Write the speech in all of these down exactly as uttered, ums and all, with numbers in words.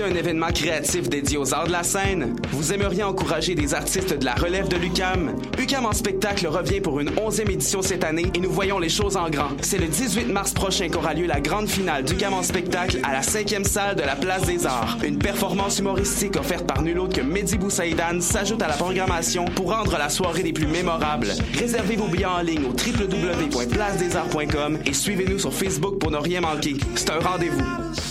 souhaitez un événement créatif dédié aux arts de la scène? Vous aimeriez encourager des artistes de la relève de l'U Q A M? U Q A M en spectacle revient pour une onzième édition cette année et nous voyons les choses en grand. C'est le dix-huit mars prochain qu'aura lieu la grande finale d'U Q A M en spectacle à la cinquième salle de la Place des Arts. Une performance humoristique offerte par nul autre que Mehdi Boussaïdan s'ajoute à la programmation pour rendre la soirée des plus mémorables. Réservez vos billets en ligne au w w w point place des arts point com et suivez-nous sur Facebook pour ne rien manquer. C'est un rendez-vous.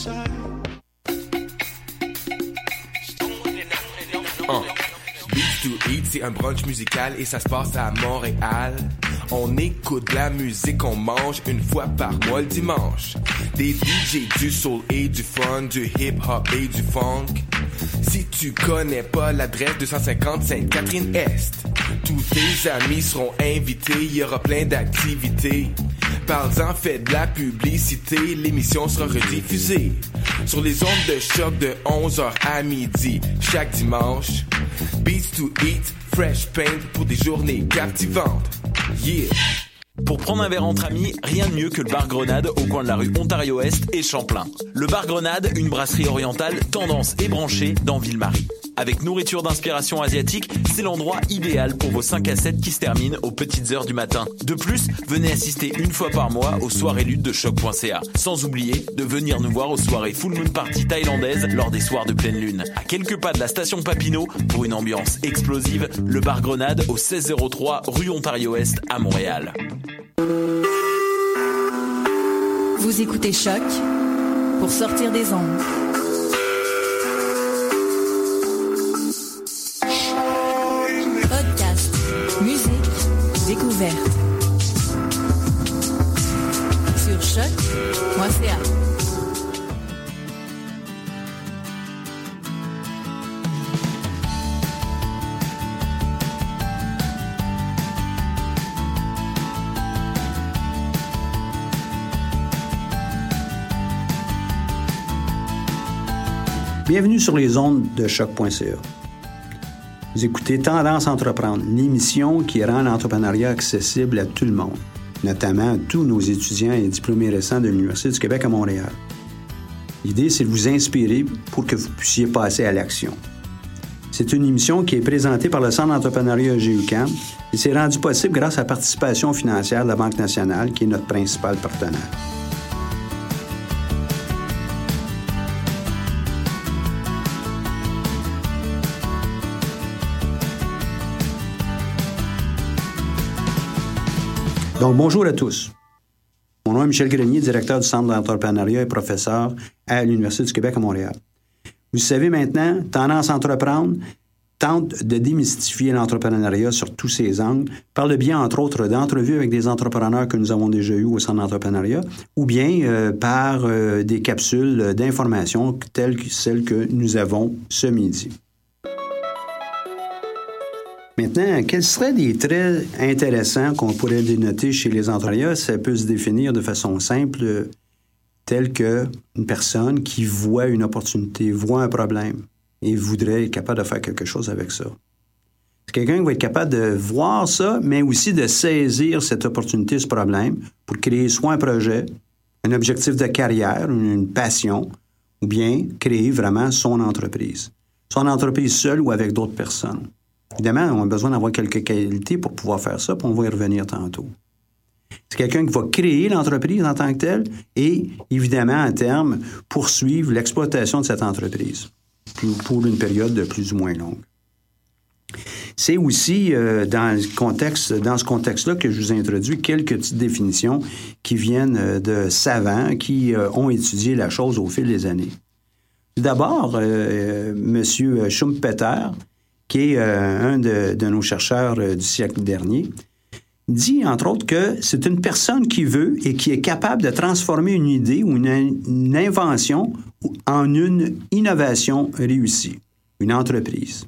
Uh. Beats to Eat, c'est un brunch musical et ça se passe à Montréal. On écoute de la musique, on mange une fois par mois le dimanche. Des D J, du soul et du fun, du hip-hop et du funk. Si tu connais pas l'adresse deux cent cinquante Sainte-Catherine-Est, tous tes amis seront invités, il y aura plein d'activités. Parle-en, fais de la publicité, l'émission sera rediffusée sur les ondes de choc de onze heures à midi chaque dimanche. Beats to Eat, fresh paint pour des journées captivantes. Yeah! Pour prendre un verre entre amis, rien de mieux que le bar Grenade au coin de la rue Ontario-Est et Champlain. Le bar Grenade, une brasserie orientale tendance et branchée dans Ville-Marie. Avec nourriture d'inspiration asiatique, c'est l'endroit idéal pour vos cinq à sept qui se terminent aux petites heures du matin. De plus, venez assister une fois par mois aux soirées luttes de choc point c a. Sans oublier de venir nous voir aux soirées Full Moon Party thaïlandaises lors des soirs de pleine lune. À quelques pas de la station Papineau, pour une ambiance explosive, le bar Grenade au seize zéro trois rue Ontario-Est à Montréal. Vous écoutez Choc pour sortir des ondes. Podcast, musique, découverte. Sur choc point c a. Bienvenue sur les ondes de choc point c a. Vous écoutez Tendance Entreprendre, l'émission qui rend l'entrepreneuriat accessible à tout le monde, notamment à tous nos étudiants et diplômés récents de l'Université du Québec à Montréal. L'idée, c'est de vous inspirer pour que vous puissiez passer à l'action. C'est une émission qui est présentée par le Centre d'entrepreneuriat G U Q A M et c'est rendu possible grâce à la participation financière de la Banque nationale, qui est notre principal partenaire. Donc, bonjour à tous. Mon nom est Michel Grenier, directeur du Centre d'entrepreneuriat et professeur à l'Université du Québec à Montréal. Vous savez maintenant, Tendance Entreprendre tente de démystifier l'entrepreneuriat sur tous ses angles, par le biais, entre autres, d'entrevues avec des entrepreneurs que nous avons déjà eus au Centre d'entrepreneuriat, ou bien euh, par euh, des capsules d'information telles que celles que nous avons ce midi. Maintenant, quels seraient des traits intéressants qu'on pourrait dénoter chez les entrepreneurs? Ça peut se définir de façon simple, telle qu'une personne qui voit une opportunité, voit un problème et voudrait être capable de faire quelque chose avec ça. C'est quelqu'un qui va être capable de voir ça, mais aussi de saisir cette opportunité, ce problème, pour créer soit un projet, un objectif de carrière, une passion, ou bien créer vraiment son entreprise. Son entreprise seule ou avec d'autres personnes. Évidemment, on a besoin d'avoir quelques qualités pour pouvoir faire ça, puis on va y revenir tantôt. C'est quelqu'un qui va créer l'entreprise en tant que telle et, évidemment, à terme, poursuivre l'exploitation de cette entreprise pour une période de plus ou moins longue. C'est aussi euh, dans, le contexte, dans ce contexte-là que je vous introduis quelques petites définitions qui viennent de savants qui euh, ont étudié la chose au fil des années. Tout d'abord, euh, M. Schumpeter, qui est euh, un de, de nos chercheurs euh, du siècle dernier, dit, entre autres, que c'est une personne qui veut et qui est capable de transformer une idée ou une, une invention en une innovation réussie, une entreprise.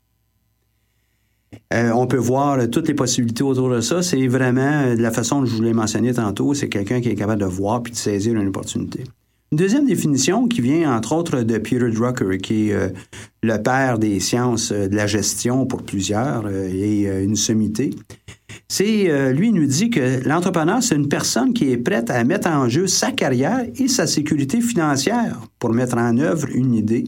Euh, on peut voir euh, toutes les possibilités autour de ça. C'est vraiment, euh, de la façon que je vous l'ai mentionné tantôt, c'est quelqu'un qui est capable de voir puis de saisir une opportunité. Une deuxième définition qui vient, entre autres, de Peter Drucker, qui est euh, le père des sciences euh, de la gestion pour plusieurs euh, et euh, une sommité. C'est, euh, lui, il nous dit que l'entrepreneur, c'est une personne qui est prête à mettre en jeu sa carrière et sa sécurité financière pour mettre en œuvre une idée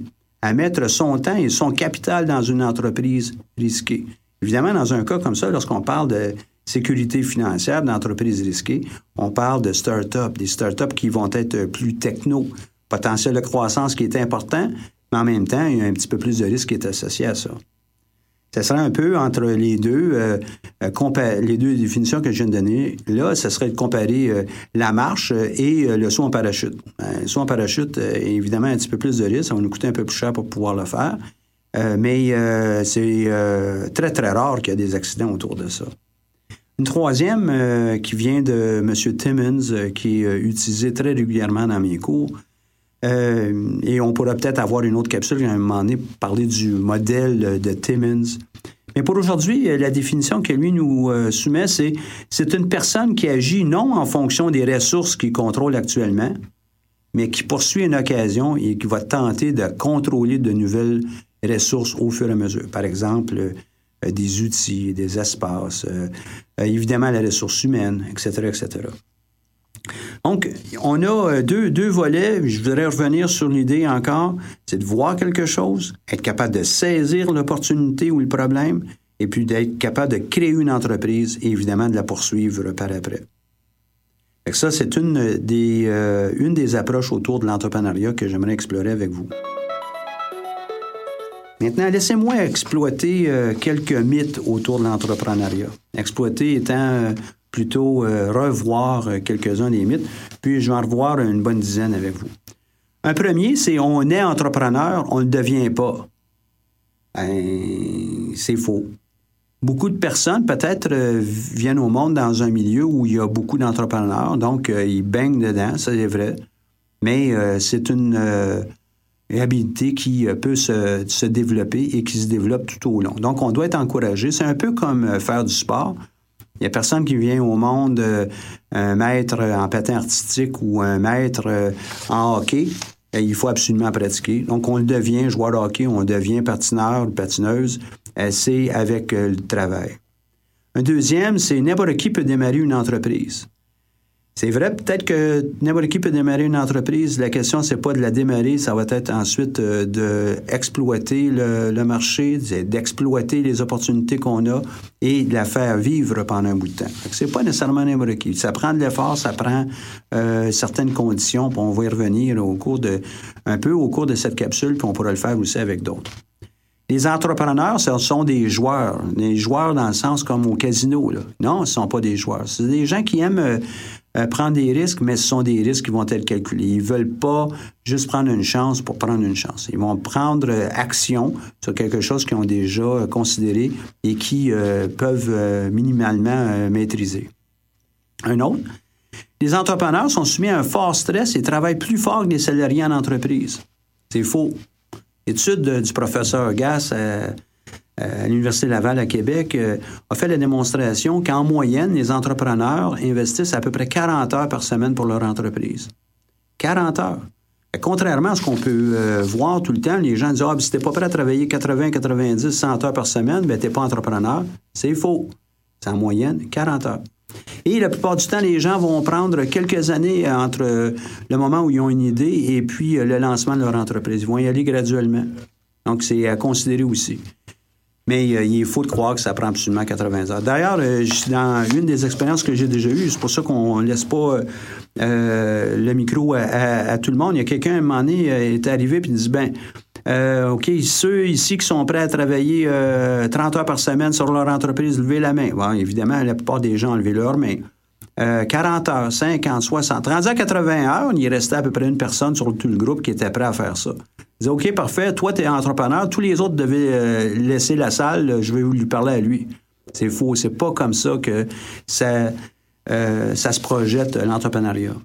à mettre son temps et son capital dans une entreprise risquée. Évidemment, dans un cas comme ça, lorsqu'on parle de sécurité financière d'entreprises risquées, on parle de start-up, des start-up qui vont être plus techno, potentiel de croissance qui est important, mais en même temps, il y a un petit peu plus de risque qui est associé à ça. Ça serait un peu entre les deux, euh, compa- les deux définitions que je viens de donner. Là, ça serait de comparer euh, la marche et euh, le saut en parachute. Euh, le saut en parachute, euh, évidemment, un petit peu plus de risque. Ça va nous coûter un peu plus cher pour pouvoir le faire. Euh, mais euh, c'est euh, très, très rare qu'il y ait des accidents autour de ça. Une troisième euh, qui vient de M. Timmons, euh, qui est euh, utilisée très régulièrement dans mes cours. Euh, et on pourra peut-être avoir une autre capsule, à un moment donné, parler du modèle de Timmons. Mais pour aujourd'hui, la définition que lui nous euh, soumet, c'est c'est une personne qui agit non en fonction des ressources qu'il contrôle actuellement, mais qui poursuit une occasion et qui va tenter de contrôler de nouvelles ressources au fur et à mesure. Par exemple, euh, des outils, des espaces, euh, euh, évidemment la ressource humaine, et cetera, et cetera. Donc, on a deux, deux volets. Je voudrais revenir sur l'idée encore, c'est de voir quelque chose, être capable de saisir l'opportunité ou le problème, et puis d'être capable de créer une entreprise et évidemment de la poursuivre par après. Fait que ça, c'est une des, euh, une des approches autour de l'entrepreneuriat que j'aimerais explorer avec vous. Maintenant, laissez-moi exploiter euh, quelques mythes autour de l'entrepreneuriat. Exploiter étant... Euh, plutôt euh, revoir euh, quelques-uns des mythes, puis je vais en revoir une bonne dizaine avec vous. Un premier, c'est on est entrepreneur, on ne le devient pas. Ben, c'est faux. Beaucoup de personnes, peut-être, euh, viennent au monde dans un milieu où il y a beaucoup d'entrepreneurs, donc euh, ils baignent dedans, ça c'est vrai, mais euh, c'est une euh, habilité qui euh, peut se, se développer et qui se développe tout au long. Donc, on doit être encouragé. C'est un peu comme euh, faire du sport. Il n'y a personne qui vient au monde, euh, un maître en patin artistique ou un maître euh, en hockey. Et il faut absolument pratiquer. Donc, on le devient joueur de hockey, on devient patineur ou patineuse. Euh, c'est avec euh, le travail. Un deuxième, c'est n'importe qui peut démarrer une entreprise. C'est vrai, peut-être que n'importe qui peut démarrer une entreprise. La question, c'est pas de la démarrer, ça va être ensuite euh, d'exploiter le, le marché, d'exploiter les opportunités qu'on a et de la faire vivre pendant un bout de temps. C'est pas nécessairement n'importe qui. Ça prend de l'effort, ça prend euh, certaines conditions, puis on va y revenir au cours de, un peu au cours de cette capsule, puis on pourra le faire aussi avec d'autres. Les entrepreneurs, ce sont des joueurs. Des joueurs dans le sens comme au casino, là. Non, ce ne sont pas des joueurs. C'est des gens qui aiment euh, euh, prendre des risques, mais ce sont des risques qui vont être calculés. Ils ne veulent pas juste prendre une chance pour prendre une chance. Ils vont prendre euh, action sur quelque chose qu'ils ont déjà euh, considéré et qui euh, peuvent euh, minimalement euh, maîtriser. Un autre, les entrepreneurs sont soumis à un fort stress et travaillent plus fort que les salariés en entreprise. C'est faux. L'étude du professeur Gass à, à l'Université Laval à Québec euh, a fait la démonstration qu'en moyenne, les entrepreneurs investissent à peu près quarante heures par semaine pour leur entreprise. quarante heures. Et contrairement à ce qu'on peut euh, voir tout le temps, les gens disent « Ah, si t'es pas prêt à travailler quatre-vingts, quatre-vingt-dix, cent heures par semaine, ben t'es pas entrepreneur. » C'est faux. C'est en moyenne quarante heures. Et la plupart du temps, les gens vont prendre quelques années entre le moment où ils ont une idée et puis le lancement de leur entreprise. Ils vont y aller graduellement. Donc, c'est à considérer aussi. Mais euh, il est faux de croire que ça prend absolument quatre-vingts heures. D'ailleurs, euh, dans une des expériences que j'ai déjà eues, c'est pour ça qu'on ne laisse pas euh, le micro à, à, à tout le monde. Il y a quelqu'un, à un moment donné, euh, est arrivé et dit, ben, euh, OK, ceux ici qui sont prêts à travailler euh, trente heures par semaine sur leur entreprise, levez la main. Bon, évidemment, la plupart des gens ont levé leur main. Euh, quarante heures, cinquante, soixante. Rendu à quatre-vingts heures, il restait à peu près une personne sur tout le groupe qui était prêt à faire ça. Il disait, OK, parfait, toi, tu es entrepreneur, tous les autres devaient euh, laisser la salle, je vais lui parler à lui. C'est faux, c'est pas comme ça que ça, euh, ça se projette, l'entrepreneuriat.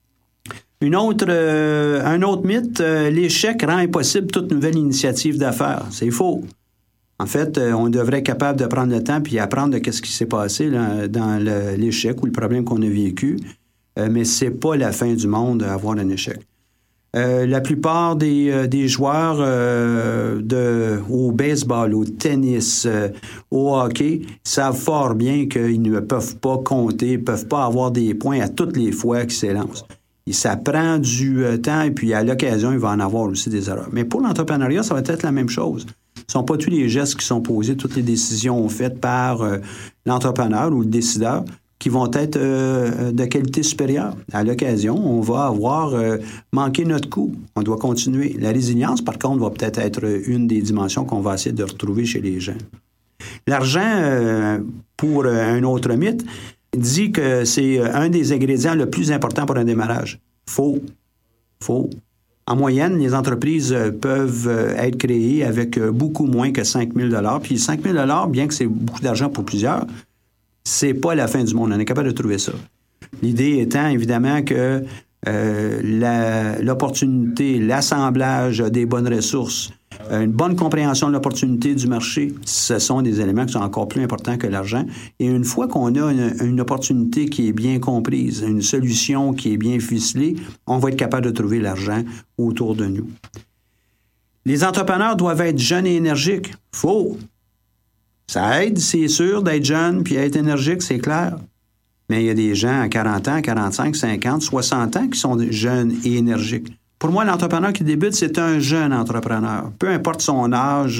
Une autre, euh, un autre mythe, euh, l'échec rend impossible toute nouvelle initiative d'affaires. C'est faux. En fait, euh, on devrait être capable de prendre le temps puis apprendre de ce qui s'est passé là, dans le, l'échec ou le problème qu'on a vécu, euh, mais c'est pas la fin du monde d'avoir un échec. Euh, la plupart des, euh, des joueurs euh, de, au baseball, au tennis, euh, au hockey, savent fort bien qu'ils ne peuvent pas compter, ne peuvent pas avoir des points à toutes les fois qu'ils s'élancent. Ça prend du euh, temps et puis à l'occasion, il va en avoir aussi des erreurs. Mais pour l'entrepreneuriat, ça va être la même chose. Ce ne sont pas tous les gestes qui sont posés, toutes les décisions faites par euh, l'entrepreneur ou le décideur qui vont être euh, de qualité supérieure. À l'occasion, on va avoir euh, manqué notre coup. On doit continuer. La résilience, par contre, va peut-être être une des dimensions qu'on va essayer de retrouver chez les gens. L'argent, euh, pour un autre mythe, dit que c'est un des ingrédients le plus important pour un démarrage. Faux. Faux. En moyenne, les entreprises peuvent être créées avec beaucoup moins que cinq mille dollars. Puis cinq mille dollars, bien que c'est beaucoup d'argent pour plusieurs, c'est pas la fin du monde. On est capable de trouver ça. L'idée étant, évidemment, que euh, la, l'opportunité, l'assemblage des bonnes ressources, une bonne compréhension de l'opportunité du marché, ce sont des éléments qui sont encore plus importants que l'argent. Et une fois qu'on a une, une opportunité qui est bien comprise, une solution qui est bien ficelée, on va être capable de trouver l'argent autour de nous. Les entrepreneurs doivent être jeunes et énergiques. Faux. Ça aide, c'est sûr, d'être jeune puis être énergique, c'est clair. Mais il y a des gens à quarante ans, quarante-cinq, cinquante, soixante ans qui sont jeunes et énergiques. Pour moi, l'entrepreneur qui débute, c'est un jeune entrepreneur. Peu importe son âge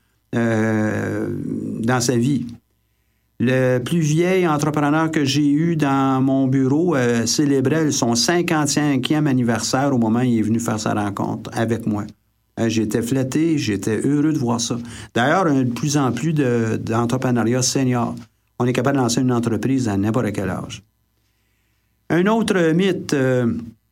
euh, dans sa vie. Le plus vieil entrepreneur que j'ai eu dans mon bureau euh, célébrait son cinquante-cinquième anniversaire au moment où il est venu faire sa rencontre avec moi. Euh, j'étais flatté, j'étais heureux de voir ça. D'ailleurs, de plus en plus de, d'entrepreneuriat senior. On est capable de lancer une entreprise à n'importe quel âge. Un autre mythe... Euh,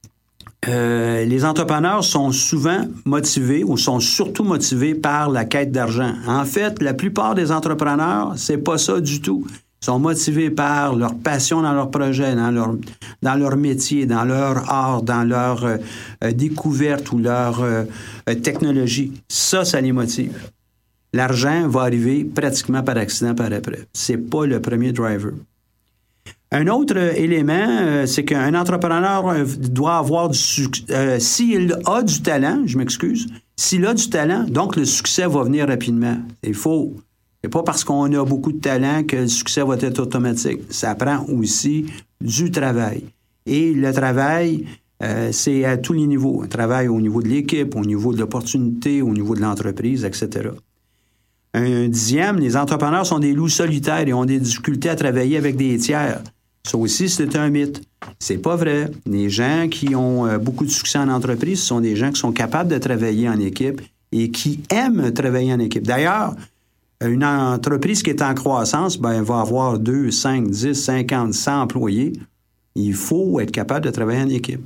Euh, les entrepreneurs sont souvent motivés ou sont surtout motivés par la quête d'argent. En fait, la plupart des entrepreneurs, c'est pas ça du tout. Ils sont motivés par leur passion dans leur projet, dans leur, dans leur métier, dans leur art, dans leur euh, découverte ou leur euh, technologie. Ça, ça les motive. L'argent va arriver pratiquement par accident par après. C'est pas le premier driver. Un autre élément, euh, c'est qu'un entrepreneur doit avoir du succès. Euh, s'il a du talent, je m'excuse, s'il a du talent, donc le succès va venir rapidement. C'est faux. C'est pas parce qu'on a beaucoup de talent que le succès va être automatique. Ça prend aussi du travail. Et le travail, euh, c'est à tous les niveaux. Un travail au niveau de l'équipe, au niveau de l'opportunité, au niveau de l'entreprise, et cetera. Un dixième, les entrepreneurs sont des loups solitaires et ont des difficultés à travailler avec des tiers. Ça aussi, c'est un mythe. C'est pas vrai. Les gens qui ont euh, beaucoup de succès en entreprise, ce sont des gens qui sont capables de travailler en équipe et qui aiment travailler en équipe. D'ailleurs, une entreprise qui est en croissance, ben, elle va avoir deux, cinq, dix, cinquante, cent employés. Il faut être capable de travailler en équipe.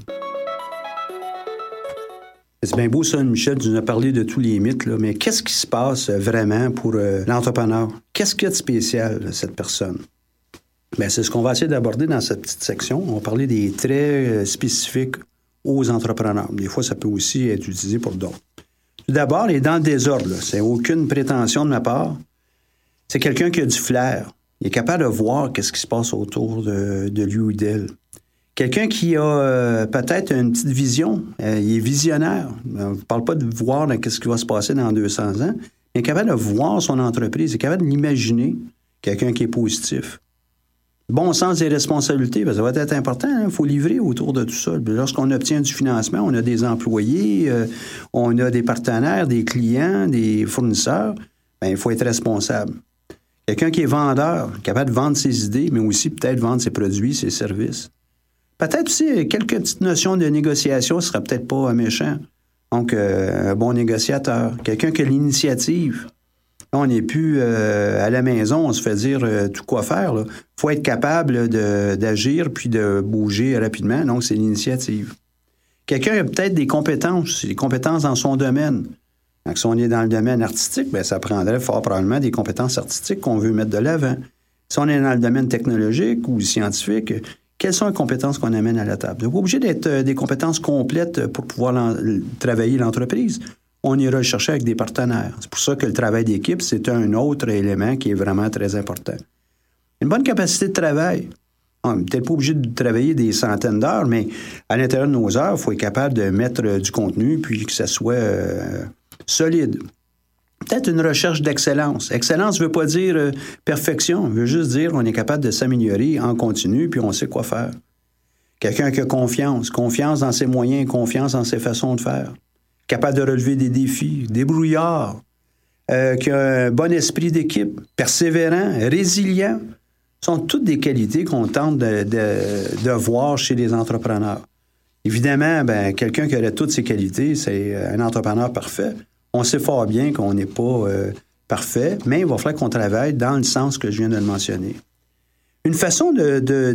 C'est bien beau ça, Michel, tu nous as parlé de tous les mythes, là, mais qu'est-ce qui se passe vraiment pour euh, l'entrepreneur? Qu'est-ce qu'il y a de spécial, cette personne? Bien, c'est ce qu'on va essayer d'aborder dans cette petite section. On va parler des traits euh, spécifiques aux entrepreneurs. Des fois, ça peut aussi être utilisé pour d'autres. Tout d'abord, il est dans le désordre. Là. C'est aucune prétention de ma part. C'est quelqu'un qui a du flair. Il est capable de voir qu'est-ce qui se passe autour de, de lui ou d'elle. Quelqu'un qui a euh, peut-être une petite vision. Euh, il est visionnaire. On ne parle pas de voir là, qu'est-ce qui va se passer dans deux cents ans. Il est capable de voir son entreprise. Il est capable de l'imaginer. Quelqu'un qui est positif. Bon sens des responsabilités, bien, ça va être important. Il hein? faut livrer autour de tout ça. Lorsqu'on obtient du financement, on a des employés, euh, on a des partenaires, des clients, des fournisseurs. Bien, il faut être responsable. Quelqu'un qui est vendeur, capable de vendre ses idées, mais aussi peut-être vendre ses produits, ses services. Peut-être aussi quelques petites notions de négociation, ce ne sera peut-être pas méchant. Donc, euh, un bon négociateur. Quelqu'un qui a l'initiative. Là, on n'est plus euh, à la maison, on se fait dire euh, tout quoi faire. Il faut être capable de, d'agir puis de bouger rapidement. Donc, c'est l'initiative. Quelqu'un a peut-être des compétences, des compétences dans son domaine. Donc, si on est dans le domaine artistique, bien, ça prendrait fort probablement des compétences artistiques qu'on veut mettre de l'avant. Si on est dans le domaine technologique ou scientifique, quelles sont les compétences qu'on amène à la table? On n'est pas obligé d'être euh, des compétences complètes pour pouvoir l'en, travailler l'entreprise. On ira le chercher avec des partenaires. C'est pour ça que le travail d'équipe, c'est un autre élément qui est vraiment très important. Une bonne capacité de travail. On n'est peut-être pas obligé de travailler des centaines d'heures, mais à l'intérieur de nos heures, il faut être capable de mettre euh, du contenu puis que ça soit euh, solide. Peut-être une recherche d'excellence. Excellence ne veut pas dire euh, perfection, veut juste dire qu'on est capable de s'améliorer en continu puis on sait quoi faire. Quelqu'un qui a confiance, confiance dans ses moyens, confiance dans ses façons de faire. Capable de relever des défis, débrouillard, euh, qui a un bon esprit d'équipe, persévérant, résilient. Ce sont toutes des qualités qu'on tente de, de, de voir chez les entrepreneurs. Évidemment, ben, quelqu'un qui aurait toutes ces qualités, c'est un entrepreneur parfait. On sait fort bien qu'on n'est pas euh, parfait, mais il va falloir qu'on travaille dans le sens que je viens de le mentionner. Une façon de, de,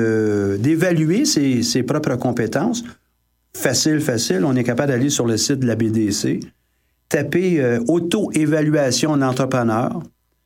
de, d'évaluer ses, ses propres compétences, facile, facile, on est capable d'aller sur le site de la B D C, taper euh, « auto-évaluation d'entrepreneur »,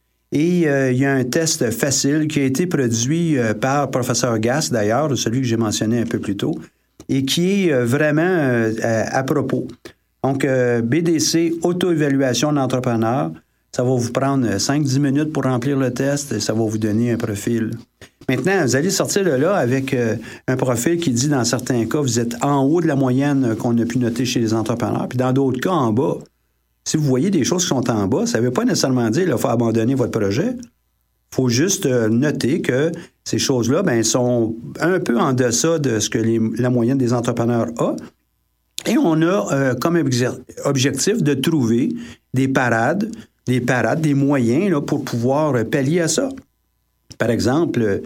et euh, il y a un test facile qui a été produit euh, par le professeur Gass, d'ailleurs, celui que j'ai mentionné un peu plus tôt, et qui est euh, vraiment euh, à, à propos. Donc, euh, B D C, auto-évaluation d'entrepreneur, ça va vous prendre cinq à dix minutes pour remplir le test et ça va vous donner un profil. Maintenant, vous allez sortir de là avec euh, un profil qui dit, dans certains cas, vous êtes en haut de la moyenne qu'on a pu noter chez les entrepreneurs, puis dans d'autres cas, en bas. Si vous voyez des choses qui sont en bas, ça ne veut pas nécessairement dire qu'il faut abandonner votre projet. Il faut juste euh, noter que ces choses-là ben, sont un peu en deçà de ce que les, la moyenne des entrepreneurs a. Et on a euh, comme objectif de trouver des parades, des parades, des moyens là, pour pouvoir pallier à ça. Par exemple,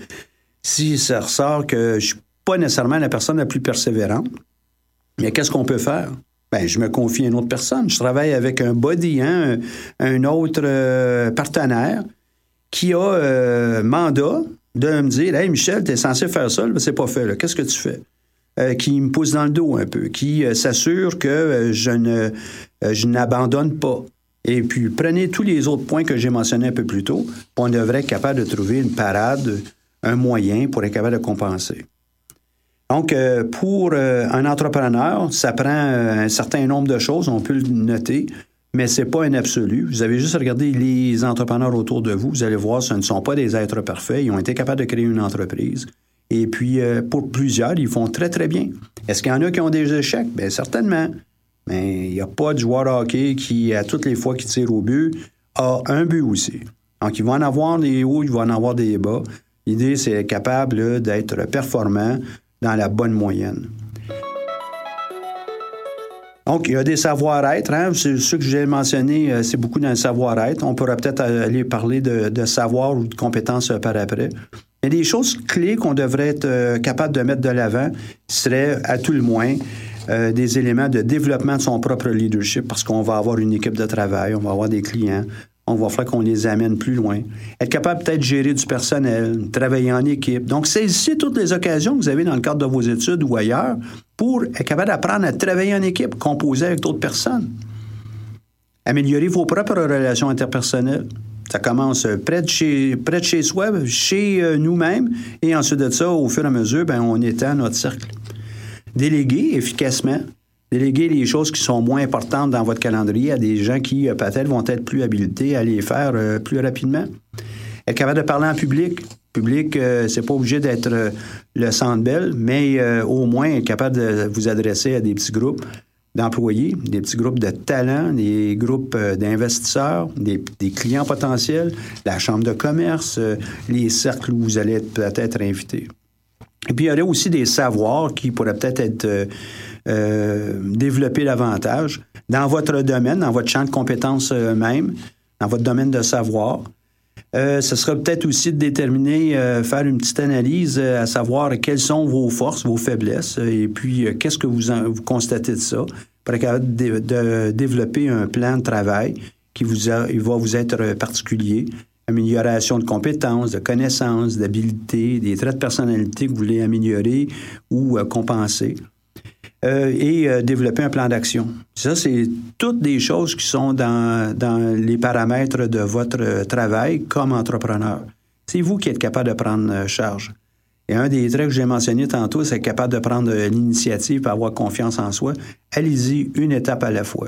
si ça ressort que je ne suis pas nécessairement la personne la plus persévérante, mais qu'est-ce qu'on peut faire? Ben, je me confie à une autre personne. Je travaille avec un buddy, hein, un, un autre euh, partenaire qui a euh, mandat de me dire « Hey, Michel, tu es censé faire ça, là, c'est pas fait. Là. Qu'est-ce que tu fais? Euh, » Qui me pousse dans le dos un peu, qui euh, s'assure que euh, je ne, euh, je n'abandonne pas. Et puis, prenez tous les autres points que j'ai mentionnés un peu plus tôt, on devrait être capable de trouver une parade, un moyen pour être capable de compenser. Donc, euh, pour euh, un entrepreneur, ça prend euh, un certain nombre de choses, on peut le noter, mais c'est pas un absolu. Vous avez juste à regarder les entrepreneurs autour de vous, vous allez voir, ce ne sont pas des êtres parfaits, ils ont été capables de créer une entreprise. Et puis, euh, pour plusieurs, ils font très, très bien. Est-ce qu'il y en a qui ont des échecs? Bien, certainement. Mais il n'y a pas de joueur de hockey qui, à toutes les fois qu'il tire au but, a un but aussi. Donc, il va en avoir des hauts, il va en avoir des bas. L'idée, c'est être capable là, d'être performant dans la bonne moyenne. Donc, il y a des savoir-être. Hein? C'est ce que j'ai mentionné, c'est beaucoup dans le savoir-être. On pourrait peut-être aller parler de, de savoir ou de compétences par après. Il y a des choses clés qu'on devrait être capable de mettre de l'avant, qui seraient, à tout le moins, Euh, des éléments de développement de son propre leadership parce qu'on va avoir une équipe de travail, on va avoir des clients, on va faire qu'on les amène plus loin. Être capable peut-être de gérer du personnel, travailler en équipe. Donc, saisissez toutes les occasions que vous avez dans le cadre de vos études ou ailleurs pour être capable d'apprendre à travailler en équipe, composer avec d'autres personnes. Améliorer vos propres relations interpersonnelles. Ça commence près de chez, près de chez soi, chez euh, nous-mêmes, et ensuite de ça, au fur et à mesure, ben, on étend notre cercle. Déléguer efficacement, déléguer les choses qui sont moins importantes dans votre calendrier à des gens qui, euh, peut-être, vont être plus habilités à les faire euh, plus rapidement. Être capable de parler en public. Public, euh, c'est pas obligé d'être euh, le Centre Bell, mais euh, au moins être capable de vous adresser à des petits groupes d'employés, des petits groupes de talents, des groupes euh, d'investisseurs, des, des clients potentiels, la chambre de commerce, euh, les cercles où vous allez être, peut-être invité. Et puis, il y aurait aussi des savoirs qui pourraient peut-être être euh, euh, développés davantage dans votre domaine, dans votre champ de compétences euh, même, dans votre domaine de savoir. Euh, ce sera peut-être aussi de déterminer, euh, faire une petite analyse euh, à savoir quelles sont vos forces, vos faiblesses, euh, et puis euh, qu'est-ce que vous, en, vous constatez de ça pour être capable de, de développer un plan de travail qui vous a, il va vous être particulier. Amélioration de compétences, de connaissances, d'habiletés, des traits de personnalité que vous voulez améliorer ou euh, compenser. Euh, et euh, développer un plan d'action. Ça, c'est toutes des choses qui sont dans, dans les paramètres de votre travail comme entrepreneur. C'est vous qui êtes capable de prendre charge. Et un des traits que j'ai mentionné tantôt, c'est être capable de prendre l'initiative et avoir confiance en soi. Allez-y une étape à la fois.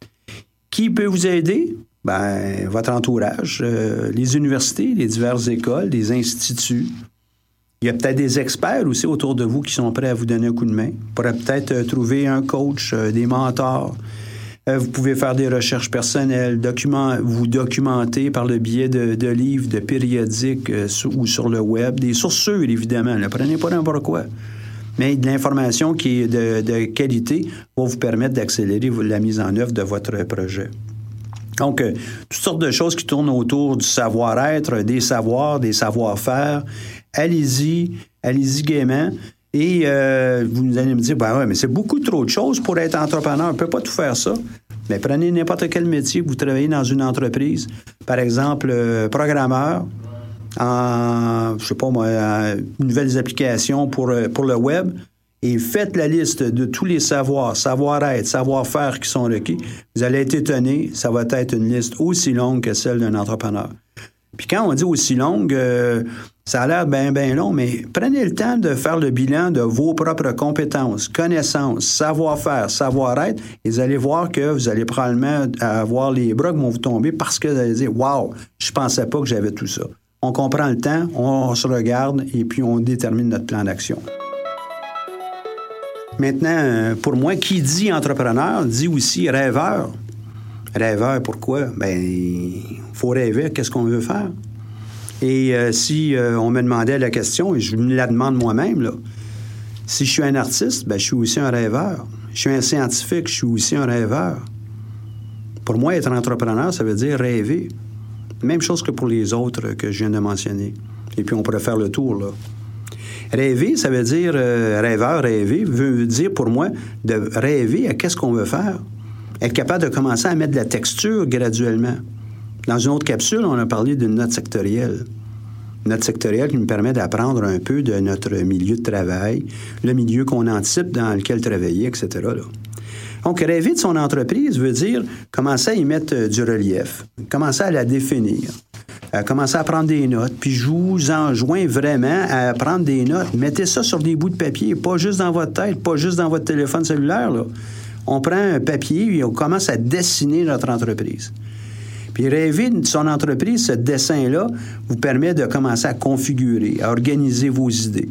Qui peut vous aider? Ben, votre entourage, euh, les universités, les diverses écoles, les instituts. Il y a peut-être des experts aussi autour de vous qui sont prêts à vous donner un coup de main. Vous pourrez peut-être euh, trouver un coach, euh, des mentors. Euh, vous pouvez faire des recherches personnelles, document, vous documenter par le biais de, de livres, de périodiques euh, sur, ou sur le web. Des sources sûres, évidemment. Ne prenez pas n'importe quoi. mais de l'information qui est de, de qualité va vous permettre d'accélérer la mise en œuvre de votre projet. Donc, euh, toutes sortes de choses qui tournent autour du savoir-être, des savoirs, des savoir-faire. Allez-y, allez-y gaiement. Et euh, vous allez me dire, ben ouais, mais c'est beaucoup trop de choses pour être entrepreneur. On ne peut pas tout faire ça. Mais prenez n'importe quel métier que vous travaillez dans une entreprise. Par exemple, euh, programmeur, en, je sais pas moi, en nouvelles applications pour, pour le web. Et faites la liste de tous les savoirs, savoir-être, savoir-faire qui sont requis. Vous allez être étonné, ça va être une liste aussi longue que celle d'un entrepreneur. Puis quand on dit aussi longue, euh, ça a l'air bien, bien long, mais prenez le temps de faire le bilan de vos propres compétences, connaissances, savoir-faire, savoir-être, et vous allez voir que vous allez probablement avoir les bras qui vont vous tomber parce que vous allez dire « Wow, je pensais pas que j'avais tout ça ». On comprend le temps, on se regarde et puis on détermine notre plan d'action. Maintenant, pour moi, qui dit entrepreneur dit aussi rêveur. Rêveur, pourquoi? Bien, il faut rêver à qu'est-ce qu'on veut faire. Et euh, si euh, on me demandait la question, et je me la demande moi-même, là, si je suis un artiste, bien, je suis aussi un rêveur. Je suis un scientifique, je suis aussi un rêveur. Pour moi, être entrepreneur, ça veut dire rêver. Même chose que pour les autres que je viens de mentionner. Et puis, on pourrait faire le tour, là. Rêver, ça veut dire, euh, rêveur, rêver, veut dire pour moi de rêver à qu'est-ce qu'on veut faire. Être capable de commencer à mettre de la texture graduellement. Dans une autre capsule, on a parlé d'une note sectorielle. Une note sectorielle qui nous permet d'apprendre un peu de notre milieu de travail, le milieu qu'on anticipe dans lequel travailler, et cetera, là. Donc, rêver de son entreprise veut dire commencer à y mettre du relief, commencer à la définir. Euh, commencez à prendre des notes, puis je vous enjoins vraiment à prendre des notes. Mettez ça sur des bouts de papier, pas juste dans votre tête, pas juste dans votre téléphone cellulaire, là. On prend un papier et on commence à dessiner notre entreprise. Puis rêver de son entreprise, ce dessin-là vous permet de commencer à configurer, à organiser vos idées,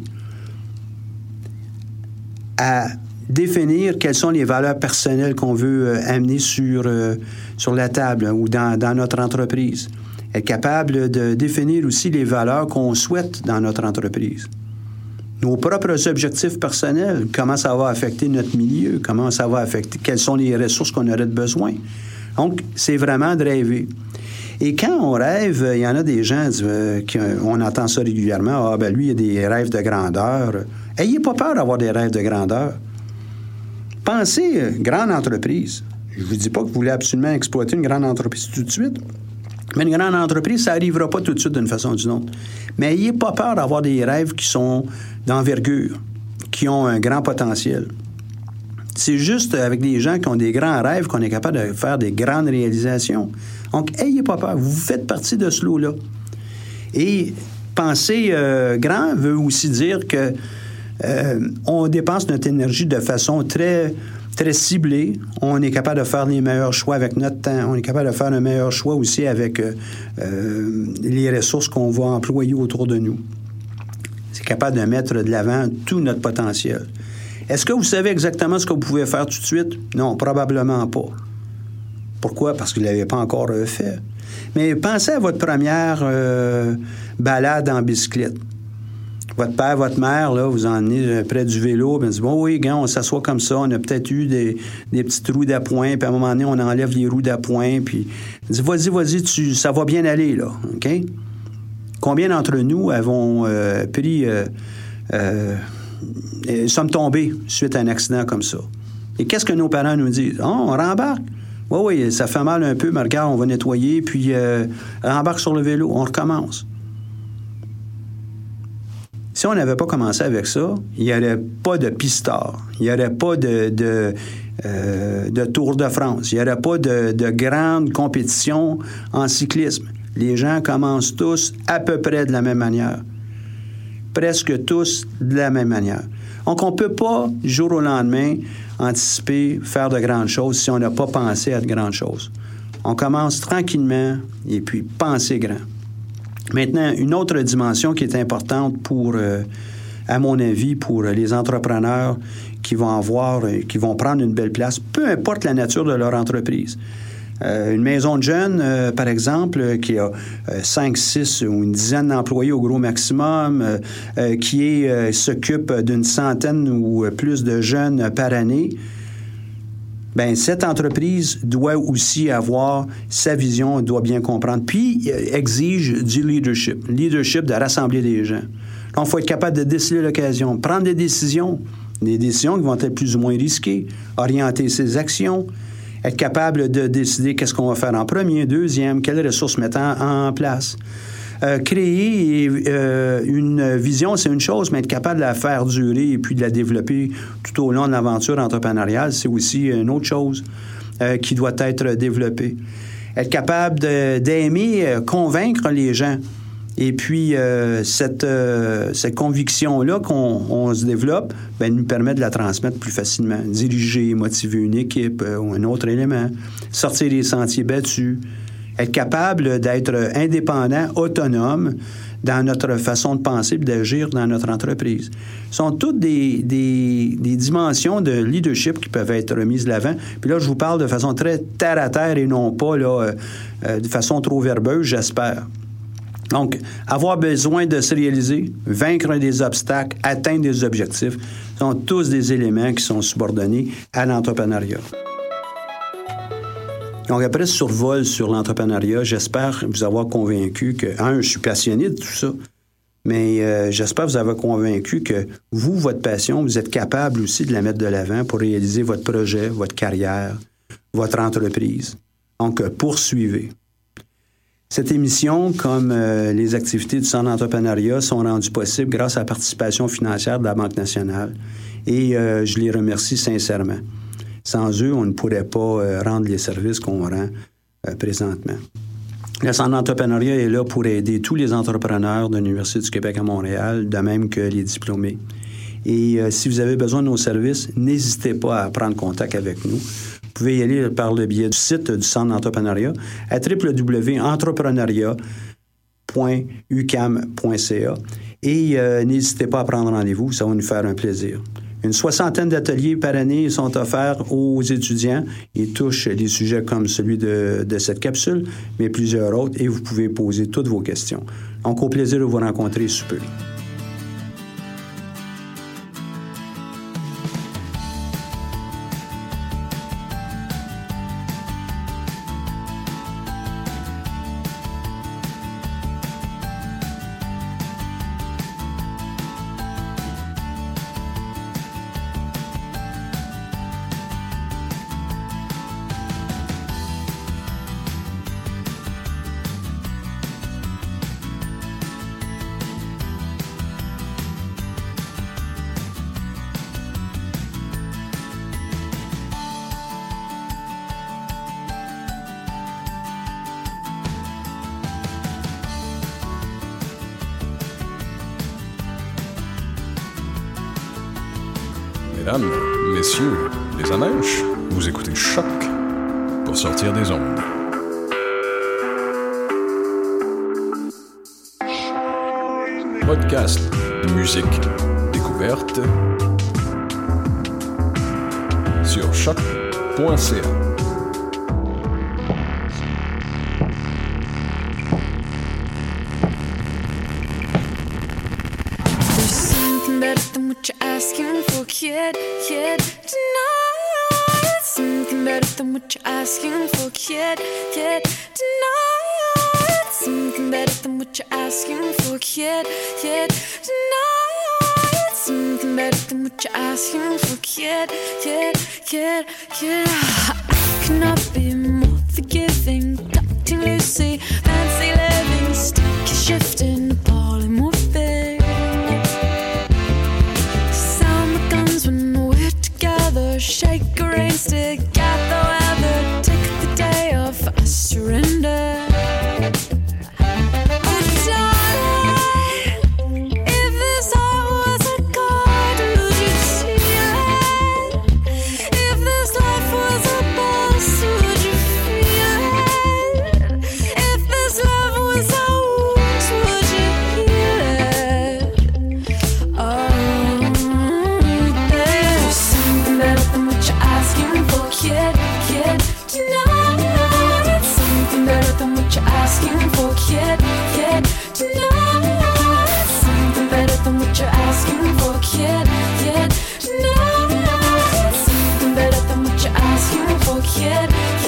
à définir quelles sont les valeurs personnelles qu'on veut euh, amener sur, euh, sur la table ou dans, dans notre entreprise. Être capable de définir aussi les valeurs qu'on souhaite dans notre entreprise. Nos propres objectifs personnels, comment ça va affecter notre milieu, comment ça va affecter, quelles sont les ressources qu'on aurait de besoin. Donc, c'est vraiment de rêver. Et quand on rêve, il y en a des gens, euh, qui, on entend ça régulièrement, « Ah, ben lui, il a des rêves de grandeur. » Ayez pas peur d'avoir des rêves de grandeur. Pensez, euh, grande entreprise. Je ne vous dis pas que vous voulez absolument exploiter une grande entreprise tout de suite. Mais une grande entreprise, ça n'arrivera pas tout de suite d'une façon ou d'une autre. Mais n'ayez pas peur d'avoir des rêves qui sont d'envergure, qui ont un grand potentiel. C'est juste avec des gens qui ont des grands rêves qu'on est capable de faire des grandes réalisations. Donc, n'ayez pas peur. Vous faites partie de ce lot-là. Et penser euh, grand veut aussi dire que euh, on dépense notre énergie de façon très... très ciblé. On est capable de faire les meilleurs choix avec notre temps. On est capable de faire le meilleur choix aussi avec euh, euh, les ressources qu'on va employer autour de nous. C'est capable de mettre de l'avant tout notre potentiel. Est-ce que vous savez exactement ce que vous pouvez faire tout de suite? Non, probablement pas. Pourquoi? Parce que vous ne l'avez pas encore fait. Mais pensez à votre première euh, balade en bicyclette. Votre père, votre mère, là, vous emmenez près du vélo, puis on dit, bon, oui, gars, on s'assoit comme ça, on a peut-être eu des, des petites roues d'appoint, puis à un moment donné, on enlève les roues d'appoint, puis on dit, vas-y, vas-y, tu, ça va bien aller, là, OK? Combien d'entre nous avons euh, pris, euh, euh, sommes tombés suite à un accident comme ça? Et qu'est-ce que nos parents nous disent? Oh, on rembarque. Oui, oui, ça fait mal un peu, mais regarde, on va nettoyer, puis euh, rembarque sur le vélo, on recommence. Si on n'avait pas commencé avec ça, il n'y aurait pas de pistard, il n'y aurait pas de, de, euh, de Tour de France, il n'y aurait pas de, de grande compétition en cyclisme. Les gens commencent tous à peu près de la même manière. Presque tous de la même manière. Donc, on ne peut pas, du jour au lendemain, anticiper, faire de grandes choses si on n'a pas pensé à de grandes choses. On commence tranquillement et puis penser grand. Maintenant, une autre dimension qui est importante pour, euh, à mon avis, pour les entrepreneurs qui vont avoir, qui vont prendre une belle place, peu importe la nature de leur entreprise. Euh, une maison de jeunes, euh, par exemple, euh, qui a euh, cinq, six ou une dizaine d'employés au gros maximum, euh, euh, qui est, euh, s'occupe d'une centaine ou plus de jeunes par année, bien, cette entreprise doit aussi avoir sa vision, doit bien comprendre, puis euh, exige du leadership, leadership de rassembler des gens. Donc, il faut être capable de déceler l'occasion, prendre des décisions, des décisions qui vont être plus ou moins risquées, orienter ses actions, être capable de décider qu'est-ce qu'on va faire en premier, deuxième, quelles ressources mettre en, en place. Euh, créer euh, une vision, c'est une chose, mais être capable de la faire durer et puis de la développer tout au long de l'aventure entrepreneuriale, c'est aussi une autre chose euh, qui doit être développée. Être capable de, d'aimer, euh, convaincre les gens. Et puis, euh, cette, euh, cette conviction-là qu'on on se développe, bien, nous permet de la transmettre plus facilement. Diriger, motiver une équipe euh, ou un autre élément. Sortir des sentiers battus. Être capable d'être indépendant, autonome dans notre façon de penser et d'agir dans notre entreprise. Ce sont toutes des, des, des dimensions de leadership qui peuvent être mises de l'avant. Puis là, je vous parle de façon très terre-à-terre et non pas là, euh, euh, de façon trop verbeuse, j'espère. Donc, avoir besoin de se réaliser, vaincre des obstacles, atteindre des objectifs, sont tous des éléments qui sont subordonnés à l'entrepreneuriat. Donc, après ce survol sur l'entrepreneuriat, j'espère vous avoir convaincu que, un, je suis passionné de tout ça, mais euh, j'espère vous avoir convaincu que vous, votre passion, vous êtes capable aussi de la mettre de l'avant pour réaliser votre projet, votre carrière, votre entreprise. Donc, euh, poursuivez. Cette émission, comme euh, les activités du Centre d'entrepreneuriat, sont rendues possibles grâce à la participation financière de la Banque nationale. Et euh, je les remercie sincèrement. Sans eux, on ne pourrait pas euh, rendre les services qu'on rend euh, présentement. Le Centre d'entrepreneuriat est là pour aider tous les entrepreneurs de l'Université du Québec à Montréal, de même que les diplômés. Et euh, si vous avez besoin de nos services, n'hésitez pas à prendre contact avec nous. Vous pouvez y aller par le biais du site du Centre d'entrepreneuriat à w w w point entrepreneuriat point u q a m point c a et euh, n'hésitez pas à prendre rendez-vous, ça va nous faire un plaisir. Une soixantaine d'ateliers par année sont offerts aux étudiants et touchent des sujets comme celui de, de cette capsule, mais plusieurs autres, et vous pouvez poser toutes vos questions. Donc, au plaisir de vous rencontrer sous peu. Mesdames, messieurs, les amèches, vous écoutez Choc pour sortir des ondes. Podcast, musique, découverte sur choc point c a. Kid, kid, tonight. Something better than what you're asking for, kid, kid, tonight. Something better than what you're asking for, kid, kid, tonight. Something better than what you're asking for, kid, kid, kid, kid. I cannot be more forgiving, touching Lucy, fancy living, sticky shifting, appalling morphing. Shake a rain stick, got the weather, take the day off, I surrender. Oh, darling, if this heart was a card, would you see it? If this life was a bus, would you feel it? kid,